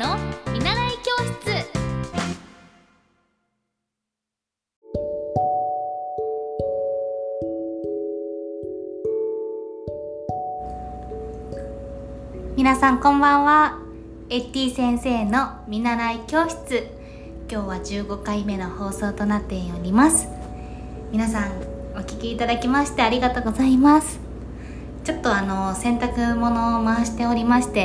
の見習い教室。皆さんこんばんは。エッティ先生の見習い教室、今日は15回目の放送となっております。皆さんお聞きいただきましてありがとうございます。ちょっと洗濯物を回しておりまして、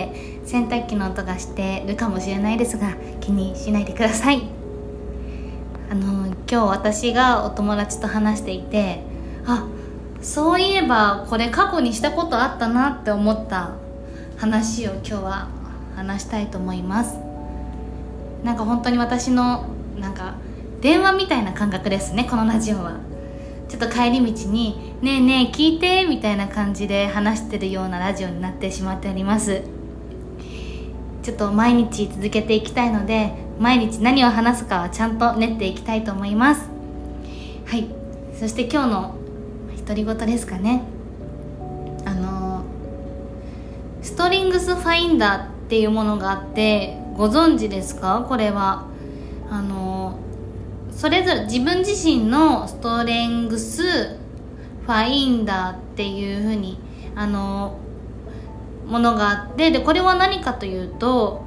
洗濯機の音がしてるかもしれないですが、気にしないでください。今日私がお友達と話していて、そういえばこれ過去にしたことあったなって思った話を今日は話したいと思います。なんか本当に私の電話みたいな感覚ですね、このラジオは。ちょっと帰り道にねえねえ聞いてみたいな感じで話してるようなラジオになってしまっております。ちょっと毎日続けていきたいので、毎日何を話すかはちゃんと練っていきたいと思います。はい、そして今日の独り言ですかね。ストリングスファインダーっていうものがあって、ご存知ですか？これはそれぞれ自分自身のストレングスファインダーっていう風にものがあって、でこれは何かというと、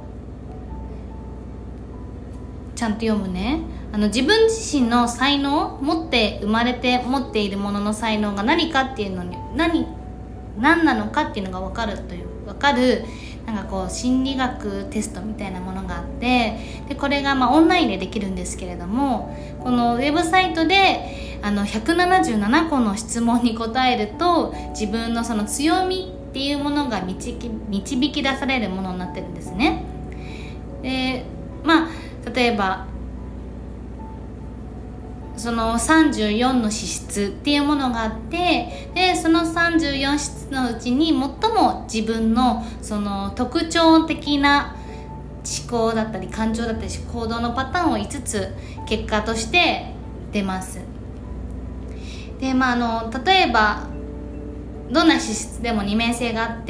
ちゃんと読むね。自分自身の才能、生まれて持っているものの才能が何かっていうのに何なのかっていうのが分かる心理学テストみたいなものがあって、でこれがオンラインでできるんですけれども、このウェブサイトで177個の質問に答えると、自分のその強みっていうものが導き出されるものになってるんですね。で例えばその34の資質っていうものがあって、でその34資質のうちに最も自分のその特徴的な思考だったり感情だったり行動のパターンを5つ結果として出ます。で例えばどんな資質でも二面性があって、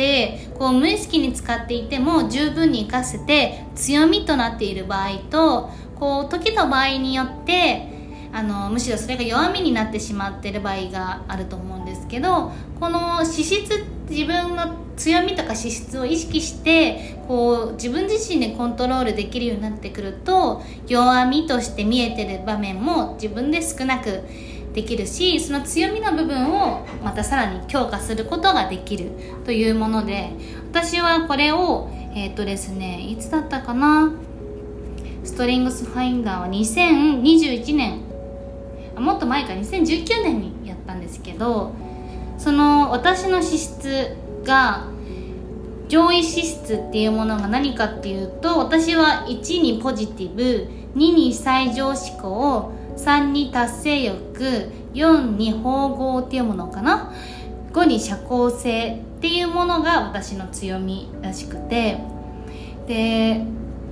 無意識に使っていても十分に活かせて強みとなっている場合と、時と場合によってむしろそれが弱みになってしまっている場合があると思うんですけど、この資質、自分の強みとか資質を意識して自分自身でコントロールできるようになってくると、弱みとして見えてる場面も自分で少なくできるし、その強みの部分をまたさらに強化することができるというもので、私はこれをですね、いつだったかな、ストリングスファインダーは2021年、もっと前か2019年にやったんですけど、その私の資質が上位資質っていうものが何かっていうと、私は1にポジティブ、2に最上志向、3に達成欲、4に縫合っていうものかな、5に社交性っていうものが私の強みらしくて、で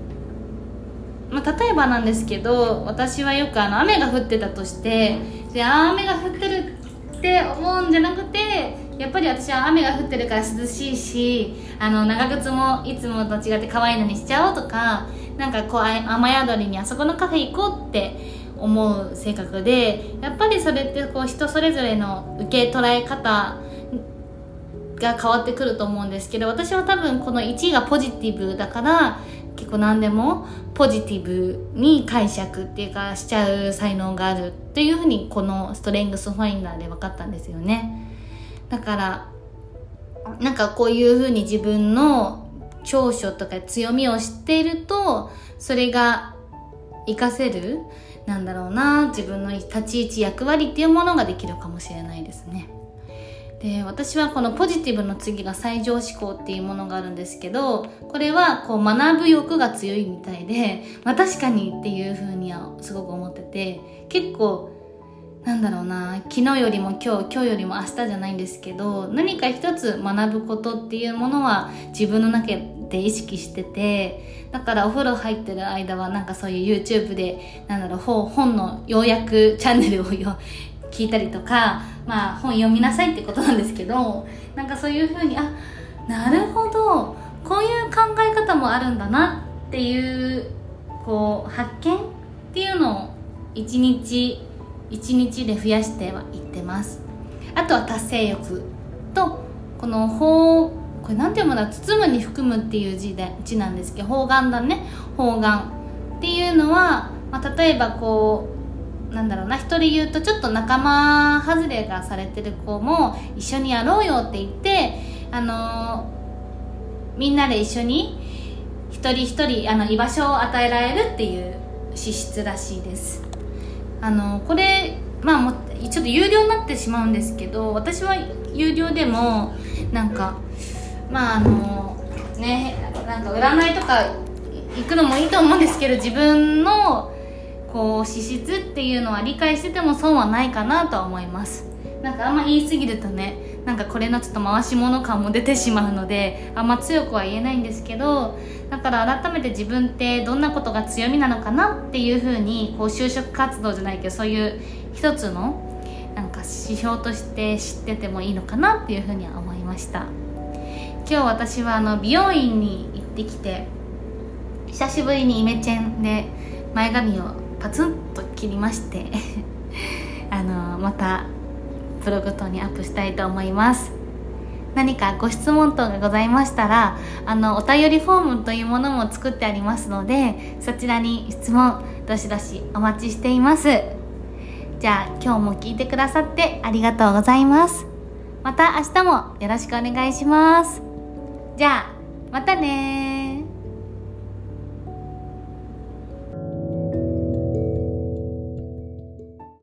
例えばなんですけど、私はよく雨が降ってたとして、で雨が降ってるって思うんじゃなくて、やっぱり私は雨が降ってるから涼しいし、長靴もいつもと違って可愛いのにしちゃおうとか、雨宿りにあそこのカフェ行こうって思う性格で、やっぱりそれって人それぞれの受け捉え方が変わってくると思うんですけど、私は多分この1がポジティブだから、結構何でもポジティブに解釈っていうかしちゃう才能があるっていうふうに、このストレングスファインダーで分かったんですよね。だからこういうふうに自分の長所とか強みを知っていると、それが活かせる自分の立ち位置、役割っていうものができるかもしれないですね。で私はこのポジティブの次が最上志向っていうものがあるんですけど、これは学ぶ欲が強いみたいで、確かにっていう風にはすごく思ってて、結構昨日よりも今日よりも明日じゃないんですけど、何か一つ学ぶことっていうものは自分の中で意識してて、だからお風呂入ってる間はそういう YouTube で本の要約チャンネルを聞いたりとか、本読みなさいってことなんですけど、そういう風になるほどこういう考え方もあるんだなっていうこう発見っていうのを一日で増やしてはいってます。あとは達成欲と、このこれなんて読むんだ、包むに含むっていう字なんですけど、方眼だね、方眼っていうのは、例えばこうなんだろうな、一人言うとちょっと仲間外れがされてる子も一緒にやろうよって言ってみんなで一緒に一人一人居場所を与えられるっていう資質らしいです。これもうちょっと有料になってしまうんですけど、私は有料でもなんかね、なんか占いとか行くのもいいと思うんですけど、自分のこう資質っていうのは理解してても損はないかなとは思います。なんかあんま言い過ぎるとね、なんかこれのちょっと回し物感も出てしまうので、あんま強くは言えないんですけど、だから改めて自分ってどんなことが強みなのかなっていうふうに、こう就職活動じゃないけど、そういう一つのなんか指標として知っててもいいのかなっていうふうには思いました。今日私は美容院に行ってきて、久しぶりにイメチェンで前髪をパツンと切りましてまたブログ等にアップしたいと思います。何かご質問等がございましたらお便りフォームというものも作ってありますので、そちらに質問どしどしお待ちしています。じゃあ今日も聞いてくださってありがとうございます。また明日もよろしくお願いします。じゃあまたね。